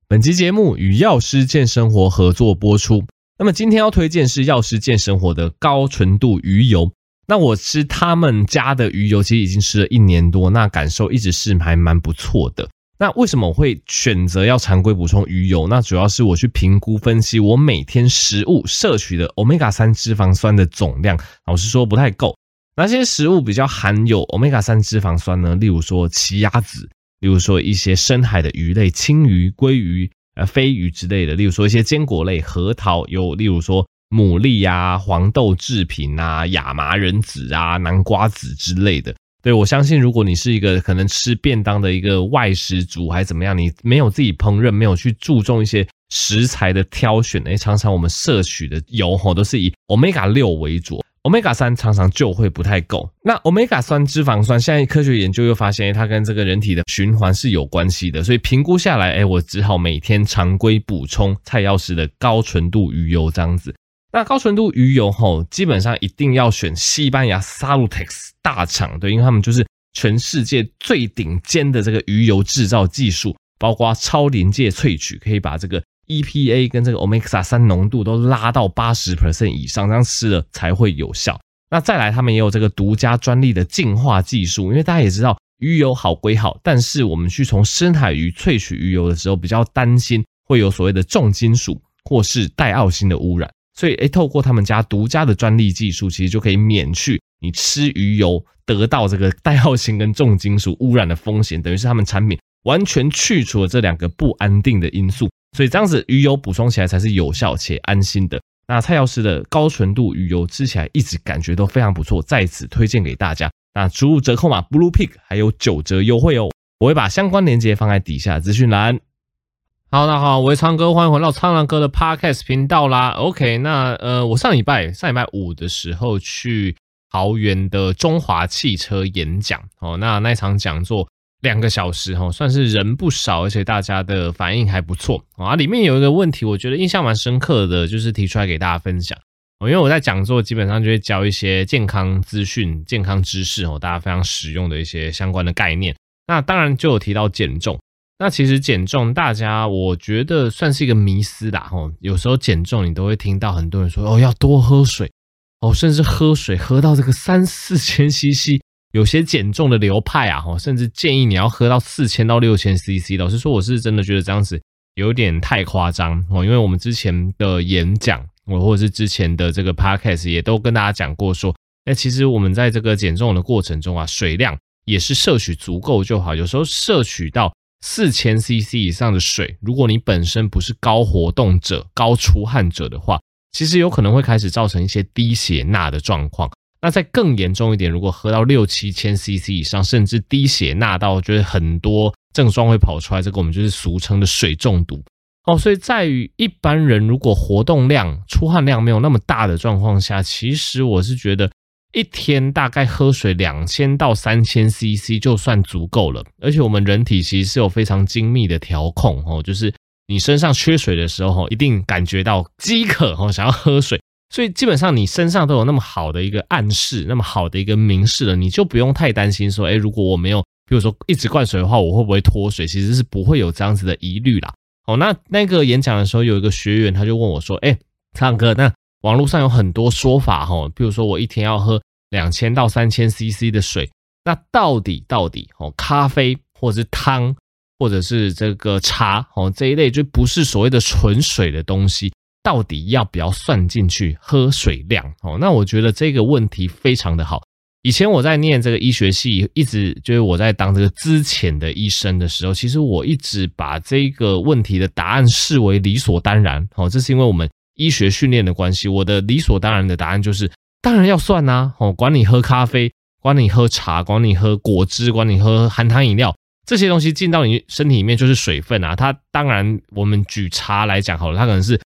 本期节目与药师健生活合作播出。那么今天要推荐是药师健生活的高纯度鱼油。那我吃他们家的鱼油其实已经吃了1年多，那感受一直是还蛮不错的。那为什么我会选择要常规补充鱼油？那主要是我去评估分析我每天食物摄取的 Omega-3 脂肪酸的总量，老实说不太够。哪些食物比较含有 Omega-3 脂肪酸呢？例如说奇亚籽，例如说一些深海的鱼类，青鱼、鲑鱼、飞鱼之类的，例如说一些坚果类，核桃，有例如说牡蛎啊、黄豆制品啊、亚麻仁籽啊、南瓜籽之类的。对，我相信如果你是一个可能吃便当的一个外食族还怎么样，你没有自己烹饪，没有去注重一些食材的挑选，常常我们摄取的油都是以 Omega-6 为主。Omega-3 常常就会不太够。那 Omega-3 脂肪酸现在科学研究又发现它跟这个人体的循环是有关系的，所以评估下来我只好每天常规补充蔡药师的高纯度鱼油这样子。那高纯度鱼油基本上一定要选西班牙 Salutex 大厂，对，因为他们就是全世界最顶尖的这个鱼油制造技术，包括超临界萃取，可以把这个EPA 跟这个 Omega-3 浓度都拉到 80% 以上，这样吃了才会有效。那再来他们也有这个独家专利的净化技术，因为大家也知道鱼油好归好，但是我们去从深海鱼萃取鱼油的时候比较担心会有所谓的重金属或是带奥辛的污染，所以透过他们家独家的专利技术，其实就可以免去你吃鱼油得到这个带奥辛跟重金属污染的风险，等于是他们产品完全去除了这两个不安定的因素，所以这样子鱼油补充起来才是有效且安心的。那蔡药师的高纯度鱼油吃起来一直感觉都非常不错，在此推荐给大家。那输入折扣码 BluePig 还有9折优惠哦，我会把相关链接放在底下资讯栏。好，那好，我是苍哥，欢迎回到苍狼哥的 Podcast 频道啦。OK， 那我上礼拜五的时候去桃园的中华汽车演讲那一场讲座2个小时算是人不少，而且大家的反应还不错里面有一个问题我觉得印象蛮深刻的，就是提出来给大家分享因为我在讲座基本上就会教一些健康资讯、健康知识大家非常实用的一些相关的概念。那当然就有提到减重，那其实减重大家我觉得算是一个迷思啦有时候减重你都会听到很多人说要多喝水甚至喝水喝到这个3-4千 cc，有些减重的流派甚至建议你要喝到4000到6000 cc。老实说，我是真的觉得这样子有点太夸张因为我们之前的演讲或者是之前的这个 podcast 也都跟大家讲过说，其实我们在这个减重的过程中水量也是摄取足够就好。有时候摄取到4000 cc 以上的水，如果你本身不是高活动者、高出汗者的话，其实有可能会开始造成一些低血钠的状况。那再更严重一点，如果喝到6-7千 cc 以上，甚至低血钠到就是很多症状会跑出来，这个我们就是俗称的水中毒所以在于一般人如果活动量、出汗量没有那么大的状况下，其实我是觉得一天大概喝水2000到3000 cc 就算足够了。而且我们人体其实是有非常精密的调控就是你身上缺水的时候一定感觉到饥渴想要喝水，所以基本上你身上都有那么好的一个暗示，那么好的一个明示了，你就不用太担心说如果我没有比如说一直灌水的话，我会不会脱水，其实是不会有这样子的疑虑啦那个演讲的时候有一个学员他就问我说苍哥，那网络上有很多说法比如说我一天要喝2000到3000 cc 的水，那到底咖啡或者是汤或者是这个茶这一类就不是所谓的纯水的东西，到底要不要算进去喝水量那我觉得这个问题非常的好。以前我在念这个医学系，一直就是我在当这个资浅的医生的时候，其实我一直把这个问题的答案视为理所当然这是因为我们医学训练的关系，我的理所当然的答案就是当然要算管你喝咖啡，管你喝茶，管你喝果汁，管你喝含糖饮料，这些东西进到你身体里面就是水分它当然我们举茶来讲好了，它可能是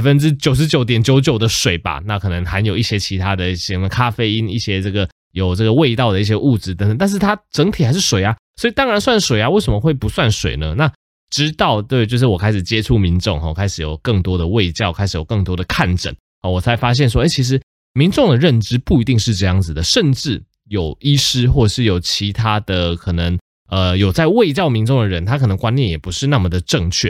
99.99% 的水吧，那可能含有一些其他的什么咖啡因，一些这个有这个味道的一些物质等等，但是它整体还是水所以当然算水为什么会不算水呢？那直到就是我开始接触民众开始有更多的卫教，开始有更多的看诊我才发现说其实民众的认知不一定是这样子的，甚至有医师或是有其他的可能有在卫教民众的人，他可能观念也不是那么的正确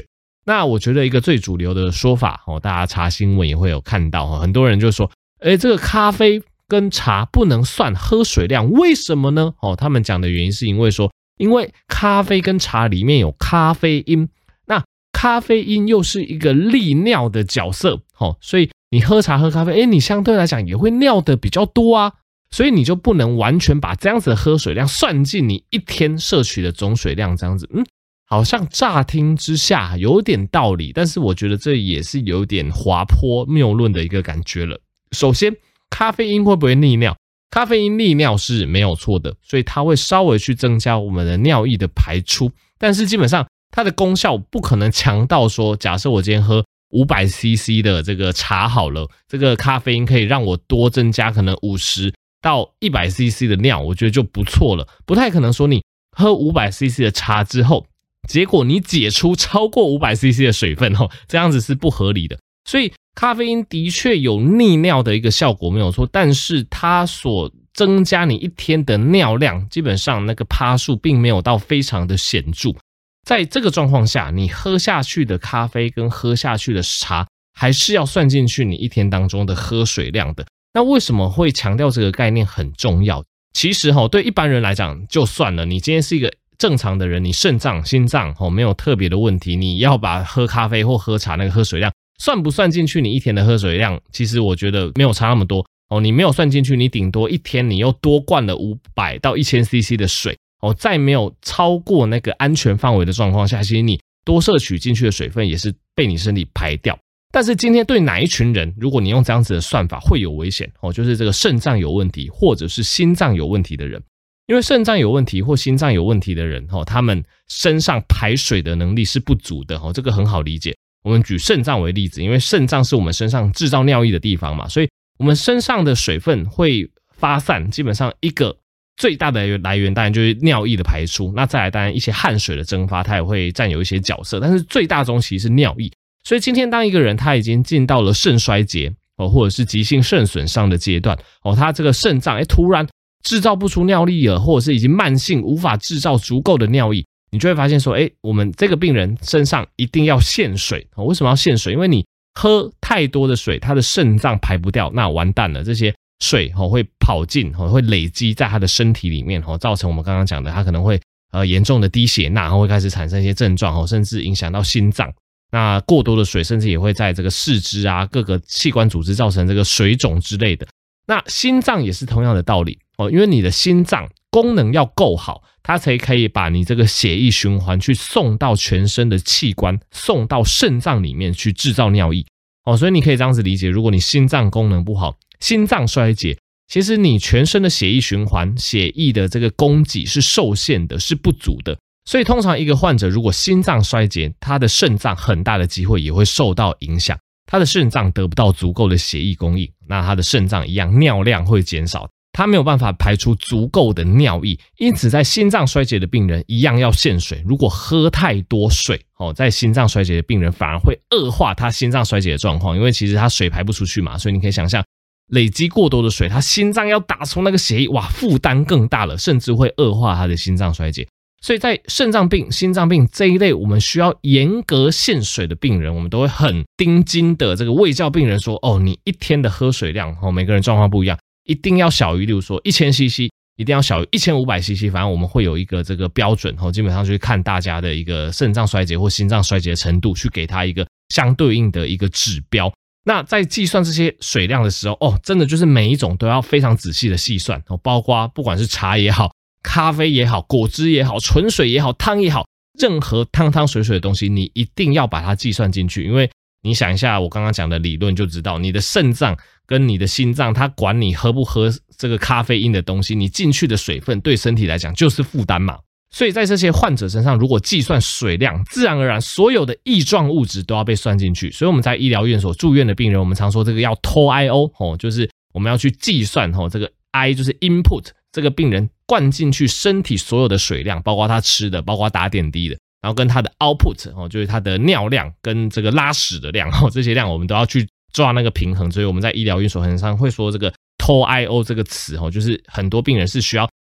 那我觉得一个最主流的说法大家查新闻也会有看到很多人就说这个咖啡跟茶不能算喝水量，为什么呢？他们讲的原因是因为咖啡跟茶里面有咖啡因，那咖啡因又是一个利尿的角色所以你喝茶喝咖啡你相对来讲也会尿的比较多啊，所以你就不能完全把这样子的喝水量算进你一天摄取的总水量，这样子好像乍听之下有点道理，但是我觉得这也是有点滑坡谬论的一个感觉了。首先咖啡因会不会利尿？咖啡因利尿是没有错的，所以它会稍微去增加我们的尿液的排出，但是基本上它的功效不可能强到说，假设我今天喝500cc 的这个茶好了，这个咖啡因可以让我多增加可能50到100cc 的尿，我觉得就不错了。不太可能说你喝500cc 的茶之后，结果你解出超过500cc 的水分这样子是不合理的。所以咖啡因的确有利尿的一个效果没有错，但是它所增加你一天的尿量，基本上那个趴数并没有到非常的显著。在这个状况下，你喝下去的咖啡跟喝下去的茶还是要算进去你一天当中的喝水量的。那为什么会强调这个概念很重要？其实对一般人来讲就算了，你今天是一个正常的人，你肾脏心脏没有特别的问题，你要把喝咖啡或喝茶那个喝水量算不算进去你一天的喝水量，其实我觉得没有差那么多你没有算进去，你顶多一天你又多灌了500到1000cc 的水在没有超过那个安全范围的状况下，其实你多摄取进去的水分也是被你身体排掉。但是今天对哪一群人，如果你用这样子的算法会有危险就是这个肾脏有问题或者是心脏有问题的人。因为肾脏有问题或心脏有问题的人他们身上排水的能力是不足的这个很好理解。我们举肾脏为例子，因为肾脏是我们身上制造尿液的地方嘛，所以我们身上的水分会发散，基本上一个最大的来源当然就是尿液的排出，那再来当然一些汗水的蒸发它也会占有一些角色，但是最大宗其实是尿液。所以今天当一个人他已经进到了肾衰竭或者是急性肾损伤的阶段他这个肾脏突然制造不出尿液了，或者是已经慢性无法制造足够的尿液，你就会发现说我们这个病人身上一定要限水为什么要限水？因为你喝太多的水，他的肾脏排不掉，那完蛋了，这些水会跑进会累积在他的身体里面造成我们刚刚讲的他可能会严重的低血钠会开始产生一些症状甚至影响到心脏。那过多的水甚至也会在这个四肢啊各个器官组织造成这个水肿之类的。那心脏也是同样的道理因为你的心脏功能要够好，它才可以把你这个血液循环去送到全身的器官，送到肾脏里面去制造尿液所以你可以这样子理解，如果你心脏功能不好，心脏衰竭，其实你全身的血液循环，血液的这个供给是受限的，是不足的。所以通常一个患者如果心脏衰竭，他的肾脏很大的机会也会受到影响，他的肾脏得不到足够的血液供应，那他的肾脏一样尿量会减少，他没有办法排出足够的尿液，因此在心脏衰竭的病人一样要限水。如果喝太多水在心脏衰竭的病人反而会恶化他心脏衰竭的状况，因为其实他水排不出去嘛，所以你可以想象累积过多的水，他心脏要打出那个血液，哇，负担更大了，甚至会恶化他的心脏衰竭。所以在肾脏病、心脏病这一类我们需要严格限水的病人，我们都会很盯紧的这个卫教病人说你一天的喝水量每个人状况不一样，一定要小于例如说 1000cc， 一定要小于 1500cc， 反正我们会有一个这个标准基本上就是看大家的一个肾脏衰竭或心脏衰竭的程度，去给他一个相对应的一个指标。那在计算这些水量的时候真的就是每一种都要非常仔细的细算包括不管是茶也好，咖啡也好，果汁也好，纯水也好，汤也好，任何汤汤水水的东西你一定要把它计算进去。因为你想一下我刚刚讲的理论就知道，你的肾脏跟你的心脏它管你喝不喝这个咖啡因的东西，你进去的水分对身体来讲就是负担嘛。所以在这些患者身上如果计算水量，自然而然所有的液状物质都要被算进去。所以我们在医疗院所住院的病人，我们常说这个要偷 IO 就是我们要去计算这个 I 就是 input， 这个病人灌进去身体所有的水量，包括他吃的，包括打点滴的，然后跟他的 output 就是他的尿量跟这个拉屎的量这些量我们都要去抓那个平衡。所以我们在医疗院所很常会说这个偷 IO 这个词就是很多病人是需要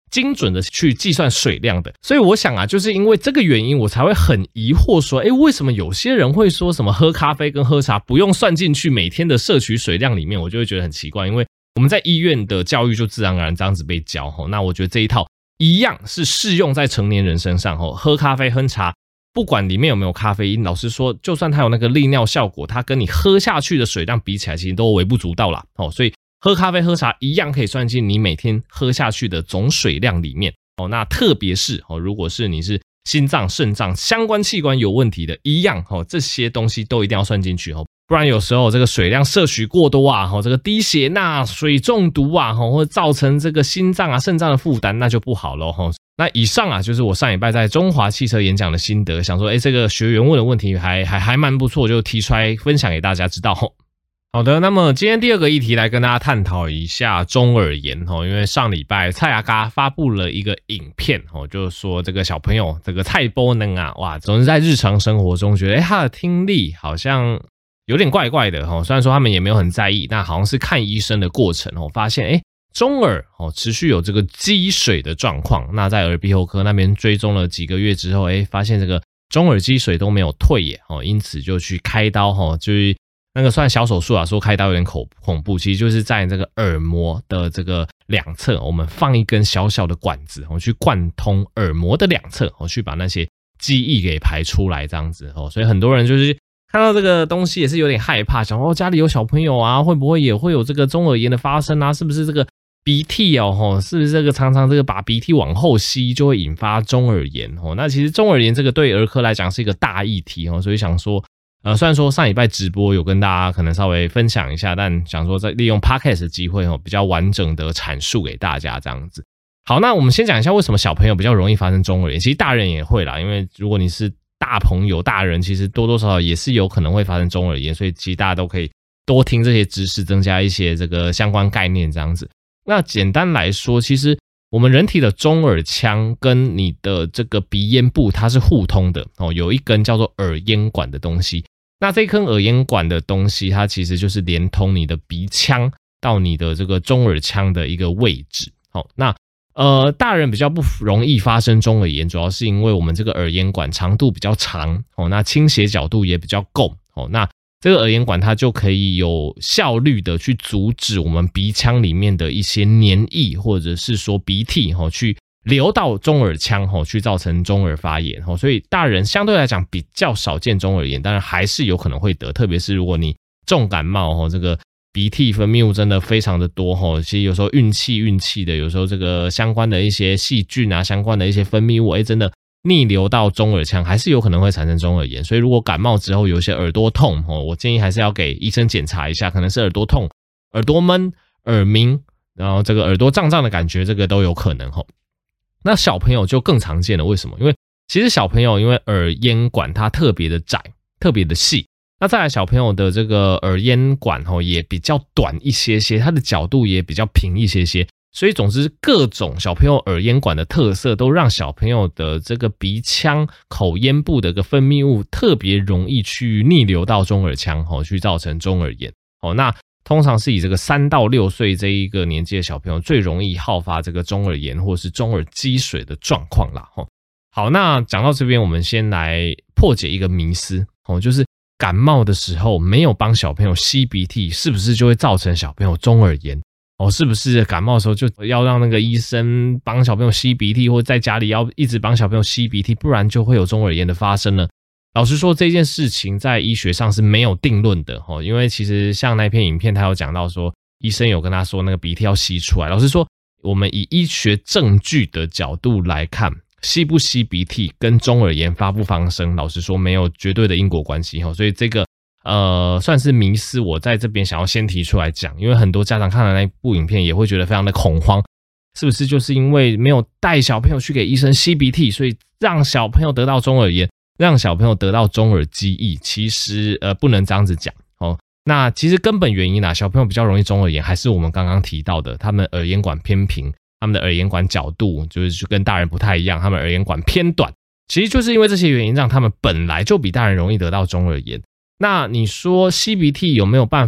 精准的去计算水量的。所以我想啊，就是因为这个原因，我才会很疑惑说，为什么有些人会说什么喝咖啡跟喝茶不用算进去每天的摄取水量里面，我就会觉得很奇怪，因为我们在医院的教育就自然而然这样子被教。那我觉得这一套一样是适用在成年人身上。喝咖啡喝茶，不管里面有没有咖啡因，老实说，就算它有那个利尿效果，它跟你喝下去的水量比起来，其实都微不足道啦。所以喝咖啡喝茶一样可以算进你每天喝下去的总水量里面。那特别是如果是你是心脏、肾脏相关器官有问题的，一样这些东西都一定要算进去。不然有时候这个水量摄取过多啊，这个低血钠、水中毒啊，或者造成这个心脏啊、肾脏的负担，那就不好咯。那以上啊，就是我上礼拜在中华汽车演讲的心得，想说这个学员问的问题还蛮不错，就提出来分享给大家知道。好的，那么今天第二个议题来跟大家探讨一下中耳炎。因为上礼拜蔡阿嘎发布了一个影片，就是说这个小朋友这个蔡波能啊，哇，总是在日常生活中觉得他的听力好像有点怪怪的。虽然说他们也没有很在意，但好像是看医生的过程发现中耳持续有这个积水的状况。那在耳鼻喉科那边追踪了几个月之后，发现这个中耳积水都没有退耶，因此就去开刀，就是那个算小手术啊，说开刀有点恐怖，其实就是在这个耳膜的这个两侧，我们放一根小小的管子，去贯通耳膜的两侧，去把那些积液给排出来这样子。所以很多人就是看到这个东西也是有点害怕，想说家里有小朋友啊，会不会也会有这个中耳炎的发生啊？是不是这个鼻涕是不是这个常常这个把鼻涕往后吸就会引发中耳炎？那其实中耳炎这个对儿科来讲是一个大议题，所以想说虽然说上礼拜直播有跟大家可能稍微分享一下，但想说再利用 podcast 的机会比较完整的阐述给大家这样子。好，那我们先讲一下为什么小朋友比较容易发生中耳炎，其实大人也会啦，因为如果你是大朋友大人，其实多多少少也是有可能会发生中耳炎，所以其实大家都可以多听这些知识，增加一些这个相关概念这样子。那简单来说，其实我们人体的中耳腔跟你的这个鼻咽部它是互通的有一根叫做耳咽管的东西。那这根耳咽管的东西，它其实就是连通你的鼻腔到你的这个中耳腔的一个位置。那大人比较不容易发生中耳炎，主要是因为我们这个耳咽管长度比较长那倾斜角度也比较够那这个耳咽管它就可以有效率的去阻止我们鼻腔里面的一些黏液或者是说鼻涕去流到中耳腔去造成中耳发炎所以大人相对来讲比较少见中耳炎，当然还是有可能会得，特别是如果你重感冒这个鼻涕分泌物真的非常的多其实有时候运气的，有时候这个相关的一些细菌啊，相关的一些分泌物真的逆流到中耳腔，还是有可能会产生中耳炎。所以如果感冒之后有一些耳朵痛我建议还是要给医生检查一下，可能是耳朵痛、耳朵闷、耳鸣，然后这个耳朵胀胀的感觉，这个都有可能那小朋友就更常见了，为什么？因为其实小朋友因为耳咽管它特别的窄，特别的细，那再来小朋友的这个耳咽管也比较短一些些，它的角度也比较平一些些，所以总之各种小朋友耳咽管的特色都让小朋友的这个鼻腔口咽部的一个分泌物特别容易去逆流到中耳腔去造成中耳炎那通常是以这个3到6岁这一个年纪的小朋友最容易好发这个中耳炎或是中耳积水的状况啦好，那讲到这边，我们先来破解一个迷思就是感冒的时候没有帮小朋友吸鼻涕，是不是就会造成小朋友中耳炎是不是感冒的时候就要让那个医生帮小朋友吸鼻涕，或在家里要一直帮小朋友吸鼻涕，不然就会有中耳炎的发生呢？老实说，这件事情在医学上是没有定论的因为其实像那篇影片他有讲到说，医生有跟他说那个鼻涕要吸出来。老实说，我们以医学证据的角度来看，吸不吸鼻涕跟中耳炎发不发生，老实说没有绝对的因果关系所以这个算是迷思，我在这边想要先提出来讲，因为很多家长看了那部影片也会觉得非常的恐慌，是不是就是因为没有带小朋友去给医生吸鼻涕，所以让小朋友得到中耳炎，让小朋友得到中耳积液？其实不能这样子讲那其实根本原因小朋友比较容易中耳炎，还是我们刚刚提到的，他们耳咽管偏平，他们的耳咽管角度就是跟大人不太一样，他们耳咽管偏短，其实就是因为这些原因让他们本来就比大人容易得到中耳炎。那你说吸鼻涕有没有办法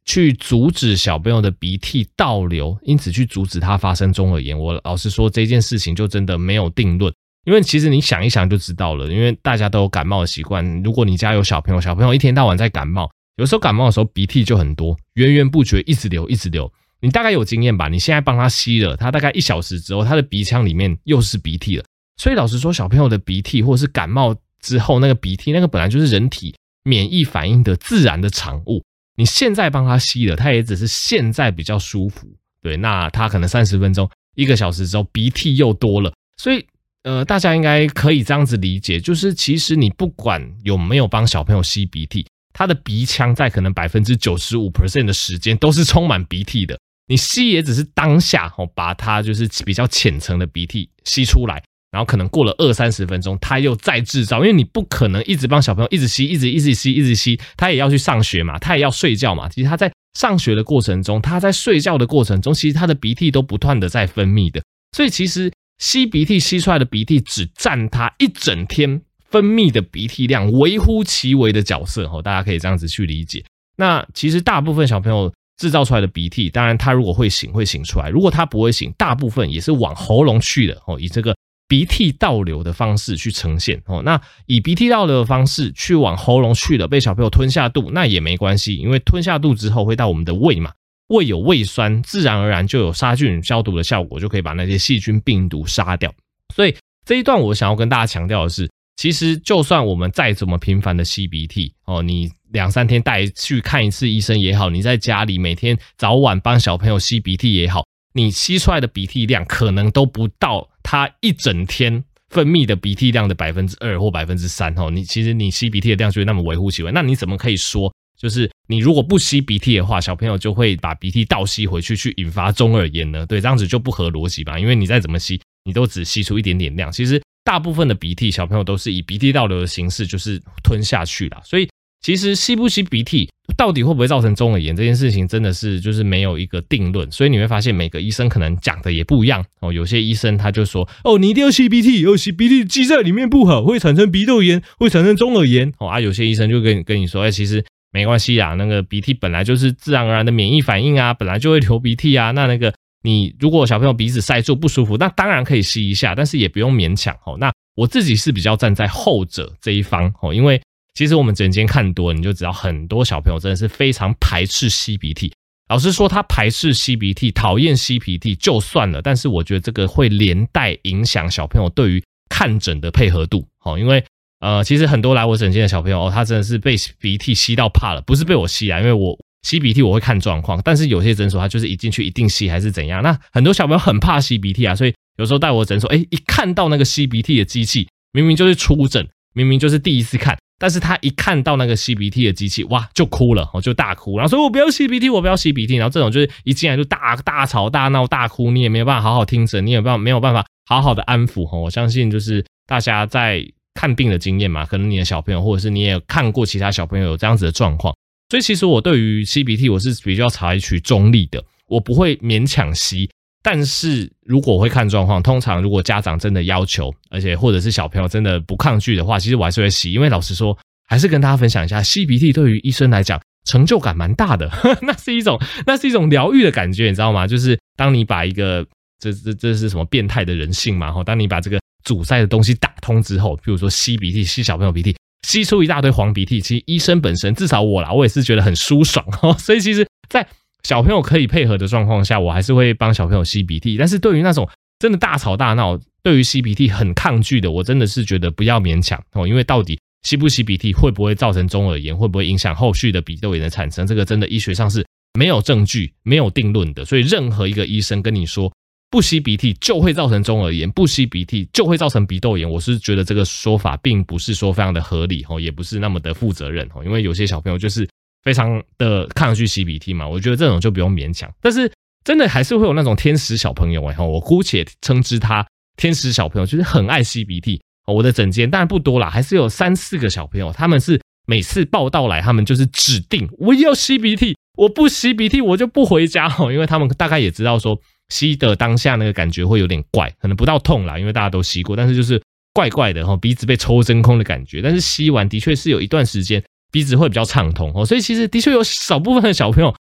去阻止小朋友的鼻涕倒流，因此去阻止他发生中耳炎。我老实说这件事情就真的没有定论，因为其实你想一想就知道了，因为大家都有感冒的习惯，如果你家有小朋友，小朋友一天到晚在感冒，有时候感冒的时候鼻涕就很多，源源不绝一直流一直流，你大概有经验吧，你现在帮他吸了，他大概1小时之后他的鼻腔里面又是鼻涕了。所以老实说，小朋友的鼻涕或是感冒之后那个鼻涕，那个本来就是人体免疫反应的自然的产物，你现在帮他吸了，他也只是现在比较舒服，对，那他可能30分钟1个小时之后鼻涕又多了。所以大家应该可以这样子理解，就是其实你不管有没有帮小朋友吸鼻涕，他的鼻腔在可能 95% 的时间都是充满鼻涕的，你吸也只是当下把它就是比较浅层的鼻涕吸出来，然后可能过了20-30分钟他又再制造，因为你不可能一直帮小朋友一直吸一直吸，他也要去上学嘛，他也要睡觉嘛，其实他在上学的过程中，他在睡觉的过程中，其实他的鼻涕都不断的在分泌的，所以其实吸鼻涕吸出来的鼻涕只占他一整天分泌的鼻涕量微乎其微的角色，大家可以这样子去理解。那其实大部分小朋友制造出来的鼻涕，当然他如果会醒出来，如果他不会醒，大部分也是往喉咙去的，以这个鼻涕倒流的方式去呈现。那以鼻涕倒流的方式去往喉咙去了，被小朋友吞下肚，那也没关系，因为吞下肚之后会到我们的胃嘛，胃有胃酸，自然而然就有杀菌消毒的效果，就可以把那些细菌病毒杀掉。所以这一段我想要跟大家强调的是，其实就算我们再怎么频繁的吸鼻涕，你2-3天带去看一次医生也好，你在家里每天早晚帮小朋友吸鼻涕也好，你吸出来的鼻涕量可能都不到他一整天分泌的鼻涕量的 2% 或 3%，其实你吸鼻涕的量就会那么微乎其微，那你怎么可以说就是你如果不吸鼻涕的话，小朋友就会把鼻涕倒吸回去，去引发中耳炎呢？对，这样子就不合逻辑吧，因为你再怎么吸，你都只吸出一点点量，其实大部分的鼻涕小朋友都是以鼻涕倒流的形式就是吞下去啦，所以其实吸不吸鼻涕到底会不会造成中耳炎这件事情真的是就是没有一个定论，所以你会发现每个医生可能讲的也不一样，有些医生他就说你一定要吸鼻涕，吸鼻涕积在里面不好，会产生鼻窦炎，会产生中耳炎，有些医生就跟你说其实没关系啦，那个鼻涕本来就是自然而然的免疫反应啊，本来就会流鼻涕啊，那个你如果小朋友鼻子塞住不舒服，那当然可以吸一下，但是也不用勉强。那我自己是比较站在后者这一方，因为其实我们整间看多，你就知道很多小朋友真的是非常排斥吸鼻涕。老实说，他排斥吸鼻涕，讨厌吸鼻涕就算了，但是我觉得这个会连带影响小朋友对于看诊的配合度。因为其实很多来我诊间的小朋友，他真的是被鼻涕吸到怕了，不是被我吸啊，因为我吸鼻涕我会看状况，但是有些诊所他就是一进去一定吸还是怎样，那很多小朋友很怕吸鼻涕啊，所以有时候带我诊所，一看到那个吸鼻涕的机器，明明就是初诊，明明就是第一次看，但是他一看到那个吸鼻涕的机器，哇，就哭了，就大哭，然后说我不要吸鼻涕，我不要吸鼻涕，然后这种就是一进来就大吵大闹大哭，你也没有办法好好听诊，你也没有办法好好的安抚。我相信就是大家在看病的经验嘛，可能你的小朋友或者是你也有看过其他小朋友有这样子的状况，所以其实我对于吸鼻涕我是比较采取中立的，我不会勉强吸，但是如果我会看状况，通常如果家长真的要求，而且或者是小朋友真的不抗拒的话，其实我还是会吸，因为老实说还是跟大家分享一下，吸鼻涕对于医生来讲成就感蛮大的那是一种疗愈的感觉，你知道吗？就是当你把一个这是什么变态的人性嘛，当你把这个阻塞的东西打通之后，比如说吸鼻涕，吸小朋友鼻涕，吸出一大堆黄鼻涕，其实医生本身至少我也是觉得很舒爽所以其实在小朋友可以配合的状况下，我还是会帮小朋友吸鼻涕，但是对于那种真的大吵大闹，对于吸鼻涕很抗拒的，我真的是觉得不要勉强因为到底吸不吸鼻涕会不会造成中耳炎，会不会影响后续的鼻窦炎的产生，这个真的医学上是没有证据没有定论的，所以任何一个医生跟你说不吸鼻涕就会造成中耳炎，不吸鼻涕就会造成鼻窦炎，我是觉得这个说法并不是说非常的合理也不是那么的负责任因为有些小朋友就是非常的抗拒吸鼻涕嘛，我觉得这种就不用勉强，但是真的还是会有那种天使小朋友我姑且称之他天使小朋友，就是很爱吸鼻涕我的诊间当然不多啦，还是有3-4个小朋友，他们是每次报到来，他们就是指定我要吸鼻涕，我不吸鼻涕我就不回家因为他们大概也知道说吸的当下那个感觉会有点怪，可能不到痛啦，因为大家都吸过，但是就是怪怪的鼻子被抽真空的感觉，但是吸完的确是有一段时间鼻子会比较畅通所以其实的确有少部分的小朋友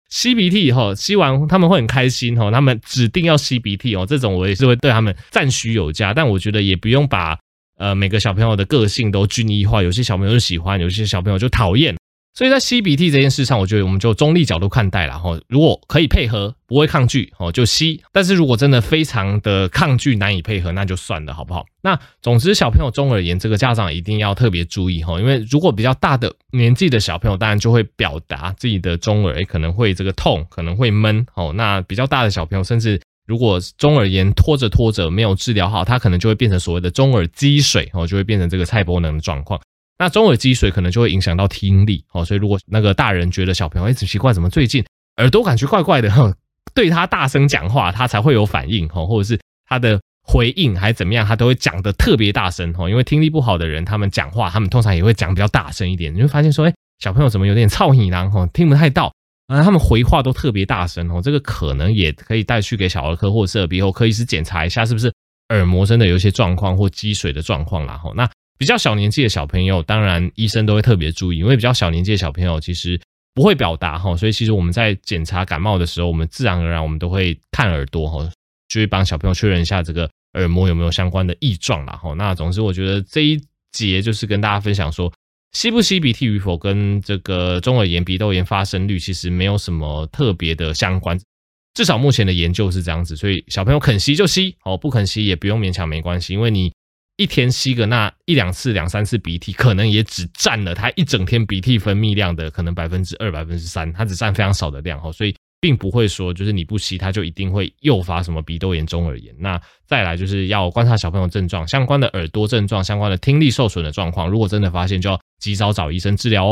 吸鼻涕吸完他们会很开心他们指定要吸鼻涕这种我也是会对他们赞许有加，但我觉得也不用把每个小朋友的个性都均一化，有些小朋友就喜欢，有些小朋友就讨厌。所以在吸鼻涕这件事上，我觉得我们就中立角度看待啦如果可以配合，不会抗拒就吸，但是如果真的非常的抗拒难以配合，那就算了好不好？那总之小朋友中耳炎这个家长一定要特别注意因为如果比较大的年纪的小朋友当然就会表达自己的中耳可能会这个痛，可能会闷那比较大的小朋友甚至如果中耳炎拖着没有治疗好，它可能就会变成所谓的中耳积水就会变成这个蔡伯能的状况。那中耳积水可能就会影响到听力所以如果那个大人觉得小朋友奇怪怎么最近耳朵感觉怪怪的对他大声讲话他才会有反应或者是他的回应还怎么样他都会讲得特别大声因为听力不好的人他们讲话他们通常也会讲比较大声一点，你会发现说小朋友怎么有点噪耳囊听不太到他们回话都特别大声这个可能也可以带去给小儿科或者是耳鼻喉科医师检查一下是不是耳膜真的有一些状况或积水的状况啦那比较小年纪的小朋友当然医生都会特别注意，因为比较小年纪的小朋友其实不会表达所以其实我们在检查感冒的时候我们自然而然我们都会看耳朵就会帮小朋友确认一下这个耳膜有没有相关的异状啦那总之我觉得这一节就是跟大家分享说吸不吸鼻涕与否跟这个中耳炎鼻窦炎发生率其实没有什么特别的相关，至少目前的研究是这样子，所以小朋友肯吸就吸不肯吸也不用勉强没关系，因为你一天吸个那1、2次、2、3次鼻涕，可能也只占了他一整天鼻涕分泌量的可能2%、3%，它只占非常少的量所以并不会说就是你不吸它就一定会诱发什么鼻窦炎、中耳炎。那再来就是要观察小朋友症状，相关的耳朵症状、相关的听力受损的状况，如果真的发现就要及早找医生治疗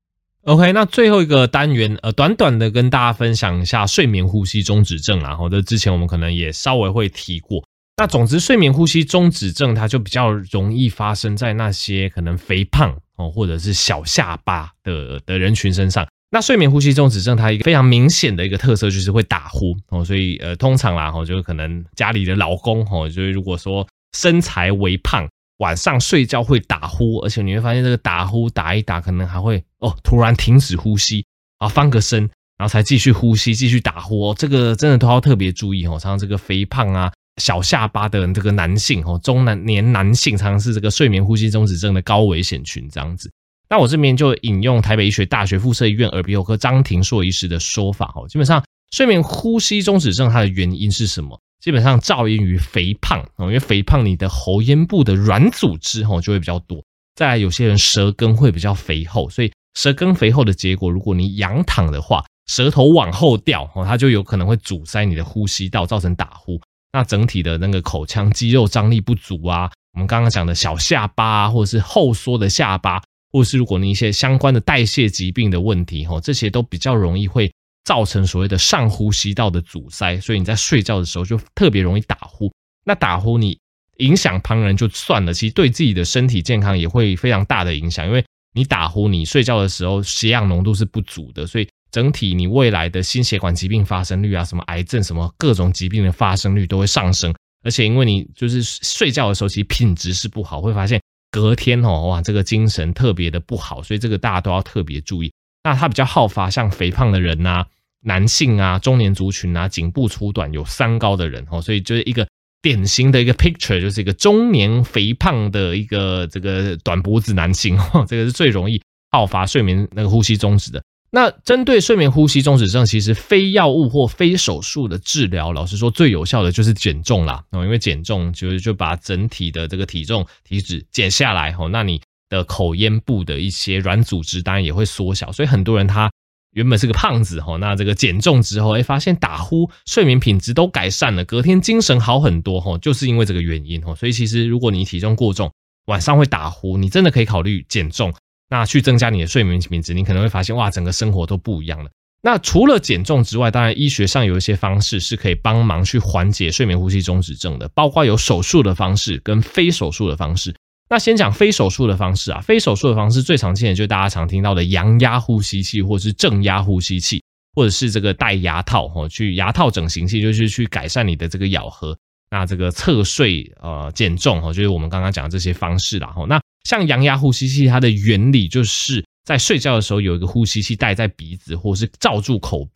OK， 那最后一个单元短短的跟大家分享一下睡眠呼吸中止症啦这之前我们可能也稍微会提过。那总之睡眠呼吸中止症它就比较容易发生在那些可能肥胖或者是小下巴的人群身上。那睡眠呼吸中止症它一个非常明显的一个特色就是会打呼所以通常啦就可能家里的老公就是如果说身材微胖晚上睡觉会打呼，而且你会发现这个打呼打一打可能还会突然停止呼吸翻个身然后才继续呼吸继续打呼这个真的都要特别注意常常这个肥胖啊小下巴的这个男性中年男性常常是这个睡眠呼吸中止症的高危险群这样子。那我这边就引用台北医学大学附设医院耳鼻喉科张庭硕医师的说法基本上睡眠呼吸中止症它的原因是什么？基本上肇因于肥胖因为肥胖你的喉咽部的软组织就会比较多，再来有些人舌根会比较肥厚，所以舌根肥厚的结果如果你仰躺的话舌头往后掉它就有可能会阻塞你的呼吸道造成打呼，那整体的那个口腔肌肉张力不足啊，我们刚刚讲的小下巴或者是后缩的下巴，或者是如果你一些相关的代谢疾病的问题这些都比较容易会造成所谓的上呼吸道的阻塞，所以你在睡觉的时候就特别容易打呼。那打呼你影响旁人就算了，其实对自己的身体健康也会非常大的影响，因为你打呼你睡觉的时候血氧浓度是不足的，所以整体你未来的心血管疾病发生率啊，什么癌症什么各种疾病的发生率都会上升，而且因为你就是睡觉的时候其实品质是不好，会发现隔天哇这个精神特别的不好，所以这个大家都要特别注意。那它比较好发像肥胖的人啊、男性啊、中年族群啊、颈部粗短有三高的人所以就是一个典型的一个 picture， 就是一个中年肥胖的一个这个短脖子男性这个是最容易好发睡眠那个呼吸中止的。那针对睡眠呼吸中止症，其实非药物或非手术的治疗，老实说最有效的就是减重啦因为减重就把整体的这个体重体脂减下来那你的口咽部的一些软组织当然也会缩小，所以很多人他原本是个胖子那这个减重之后发现打呼睡眠品质都改善了，隔天精神好很多就是因为这个原因所以其实如果你体重过重晚上会打呼，你真的可以考虑减重，那去增加你的睡眠品质，你可能会发现哇整个生活都不一样了。那除了减重之外，当然医学上有一些方式是可以帮忙去缓解睡眠呼吸中止症的，包括有手术的方式跟非手术的方式。那先讲非手术的方式非手术的方式最常见的就是大家常听到的阳压呼吸器或是正压呼吸器，或者是这个戴牙套去牙套整形器，就是去改善你的这个咬合，那这个侧睡减重就是我们刚刚讲的这些方式啦那像阳压呼吸器它的原理就是在睡觉的时候有一个呼吸器戴在鼻子或是罩住口鼻，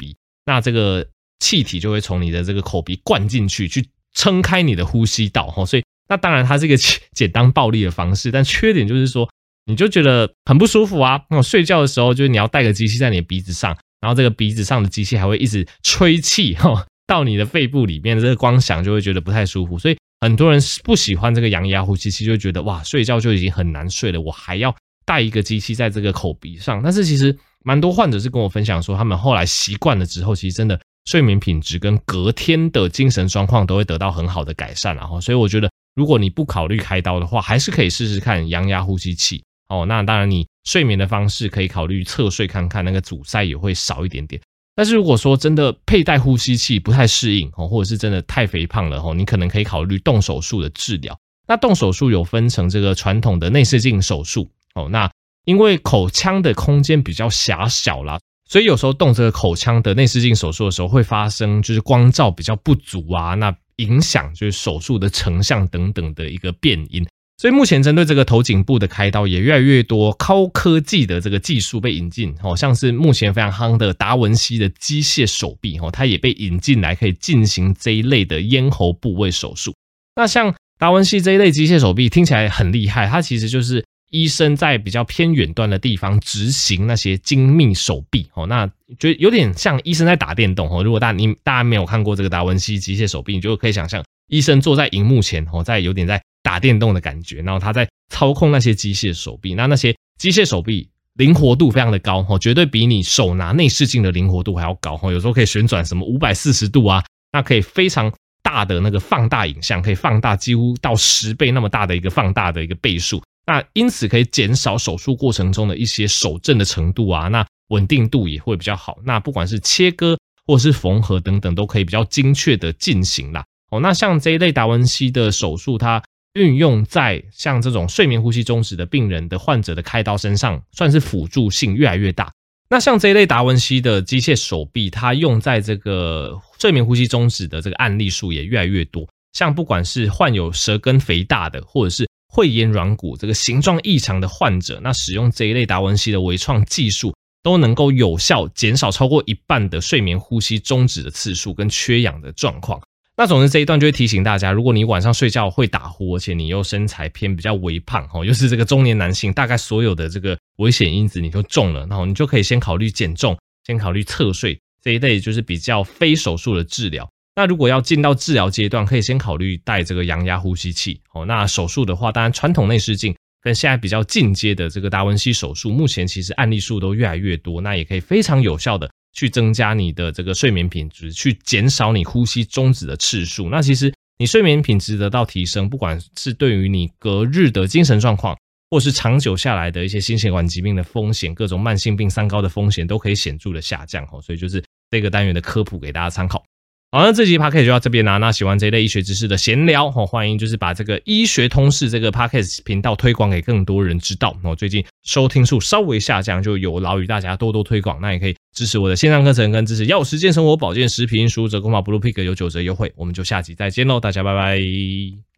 那这个气体就会从你的这个口鼻灌进去，去撑开你的呼吸道。所以那当然它是一个简单暴力的方式，但缺点就是说你就觉得很不舒服啊。睡觉的时候就是你要带个机器在你的鼻子上，然后这个鼻子上的机器还会一直吹气到你的肺部里面，这个光想就会觉得不太舒服。所以很多人不喜欢这个阳压呼吸器，就会觉得哇，睡觉就已经很难睡了，我还要带一个机器在这个口鼻上。但是其实蛮多患者是跟我分享说，他们后来习惯了之后，其实真的睡眠品质跟隔天的精神状况都会得到很好的改善。所以我觉得如果你不考虑开刀的话，还是可以试试看阳压呼吸器。那当然你睡眠的方式可以考虑侧睡看看，那个阻塞也会少一点点。但是如果说真的佩戴呼吸器不太适应，或者是真的太肥胖了，你可能可以考虑动手术的治疗。那动手术有分成这个传统的内视镜手术，那因为口腔的空间比较狭小啦，所以有时候动这个口腔的内视镜手术的时候会发生就是光照比较不足啊，那影响就是手术的成像等等的一个变因。所以目前针对这个头颈部的开刀也越来越多高科技的这个技术被引进，像是目前非常夯的达文西的机械手臂，它也被引进来可以进行这一类的咽喉部位手术。那像达文西这一类机械手臂听起来很厉害，它其实就是医生在比较偏远端的地方执行那些精密手臂，那就有点像医生在打电动。如果大家没有看过这个达文西机械手臂，你就可以想象医生坐在荧幕前，在有点在打电动的感觉，然后他在操控那些机械手臂。那些机械手臂灵活度非常的高，绝对比你手拿内视镜的灵活度还要高。有时候可以旋转什么540度啊，那可以非常大的那个放大影像，可以放大几乎到10倍那么大的一个放大的一个倍数。那因此可以减少手术过程中的一些手震的程度啊，那稳定度也会比较好。那不管是切割或是缝合等等，都可以比较精确的进行啦。那像这一类达文西的手术，它运用在像这种睡眠呼吸中止的病人的患者的开刀身上，算是辅助性越来越大。那像这一类达文西的机械手臂，它用在这个睡眠呼吸中止的这个案例数也越来越多。像不管是患有舌根肥大的，或者是会延软骨这个形状异常的患者，那使用这一类达文西的微创技术，都能够有效减少超过1半的睡眠呼吸中止的次数跟缺氧的状况。那总之这一段就会提醒大家，如果你晚上睡觉会打呼，而且你又身材偏比较微胖，又是这个中年男性，大概所有的这个危险因子你就中了，然后你就可以先考虑减重，先考虑侧睡这一类就是比较非手术的治疗。那如果要进到治疗阶段，可以先考虑带这个阳压呼吸器。那手术的话，当然传统内视镜跟现在比较进阶的这个达文西手术，目前其实案例数都越来越多，那也可以非常有效的去增加你的这个睡眠品质，去减少你呼吸中止的次数。那其实你睡眠品质得到提升，不管是对于你隔日的精神状况，或是长久下来的一些心血管疾病的风险，各种慢性病三高的风险都可以显著的下降。所以就是这个单元的科普给大家参考。好，那这集 Podcast 就到这边啦。那喜欢这一类医学知识的闲聊，欢迎就是把这个医学通识这个 Podcast 频道推广给更多人知道。最近收听数稍微下降，就有劳于大家多多推广。那也可以支持我的线上课程跟支持药师健生活保健食品，输入折扣码 Blue Pig 有9折优惠。我们就下集再见喽，大家拜拜。